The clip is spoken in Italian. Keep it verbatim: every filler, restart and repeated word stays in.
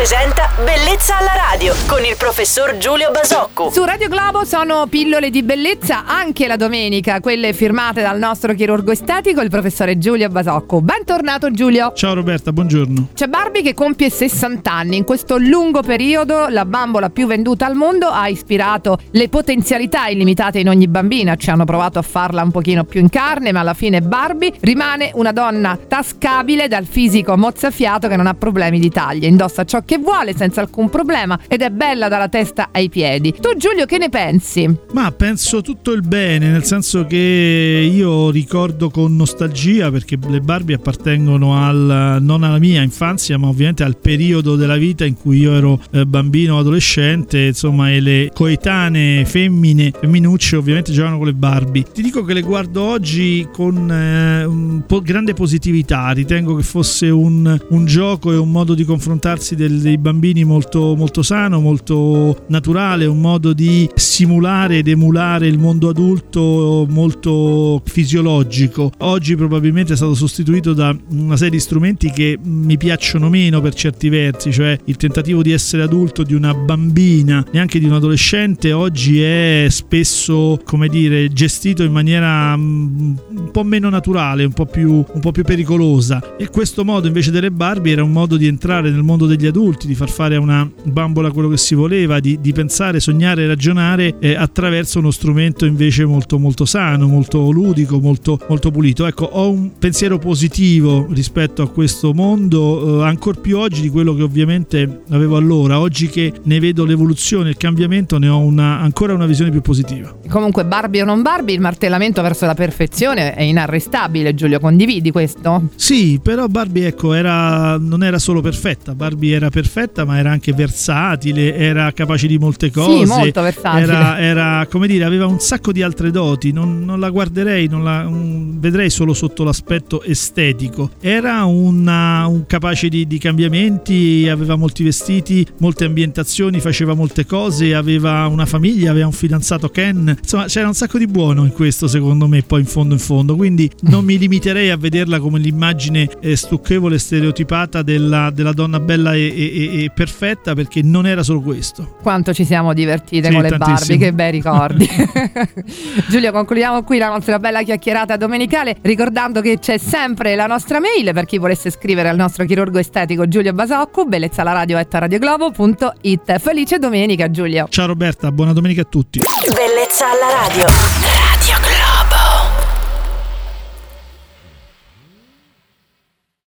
presenta Bellezza alla radio con il professor Giulio Basocco. Su Radio Globo sono pillole di bellezza anche la domenica, quelle firmate dal nostro chirurgo estetico, il professore Giulio Basocco. Bentornato Giulio. Ciao Roberta, buongiorno. C'è Barbie che compie sessanta anni. In questo lungo periodo la bambola più venduta al mondo ha ispirato le potenzialità illimitate in ogni bambina. Ci hanno provato a farla un pochino più in carne, ma alla fine Barbie rimane una donna tascabile dal fisico mozzafiato che non ha problemi di taglia, indossa ciò che vuole senza alcun problema ed è bella dalla testa ai piedi. Tu Giulio che ne pensi? Ma penso tutto il bene, nel senso che io ricordo con nostalgia, perché le Barbie appartengono al, non alla mia infanzia, ma ovviamente al periodo della vita in cui io ero eh, bambino, adolescente, insomma, e le coetanee femmine, femminucce ovviamente giocavano con le Barbie. Ti dico che le guardo oggi con eh, un po' grande positività, ritengo che fosse un, un gioco e un modo di confrontarsi del, dei bambini molto, molto sano, molto naturale, un modo di simulare ed emulare il mondo adulto molto fisiologico. Oggi probabilmente è stato sostituito da una serie di strumenti che mi piacciono meno per certi versi, cioè il tentativo di essere adulto di una bambina, neanche di un adolescente, oggi è spesso, come dire, gestito in maniera un po' meno naturale, un po' più, un po' più pericolosa, e questo modo invece delle Barbie era un modo di entrare nel mondo degli adulti, di far fare a una bambola quello che si voleva, di, di pensare, sognare, ragionare eh, attraverso uno strumento invece molto molto sano, molto ludico, molto, molto pulito. Ecco, ho un pensiero positivo rispetto a questo mondo, eh, ancor più oggi di quello che ovviamente avevo allora. Oggi che ne vedo l'evoluzione, il cambiamento, ne ho una, ancora una visione più positiva. Comunque Barbie o non Barbie, il martellamento verso la perfezione è inarrestabile. Giulio, condividi questo? Sì, però Barbie, ecco, era, non era solo perfetta, Barbie era perfetta, ma era anche versatile, era capace di molte cose. Sì, molto versatile. Era, era come dire, aveva un sacco di altre doti, non, non la guarderei, non la un, vedrei solo sotto l'aspetto estetico. Era una, un capace di, di cambiamenti, aveva molti vestiti, molte ambientazioni, faceva molte cose, aveva una famiglia, aveva un fidanzato Ken, insomma c'era un sacco di buono in questo, secondo me, poi in fondo in fondo, quindi non mi limiterei a vederla come l'immagine eh, stucchevole, stereotipata della, della donna bella e, e, e perfetta, perché non era solo questo. Quanto ci siamo divertite Sì, con le tantissimo. Barbie, che bei ricordi. Giulio, concludiamo qui la nostra bella chiacchierata domenicale ricordando che c'è sempre la nostra mail per chi volesse scrivere al nostro chirurgo estetico Giulio Basocco, bellezzalaradio chiocciola radioglobo punto it. Felice domenica Giulio. Ciao Roberta, buona domenica a tutti. Bellezza alla radio.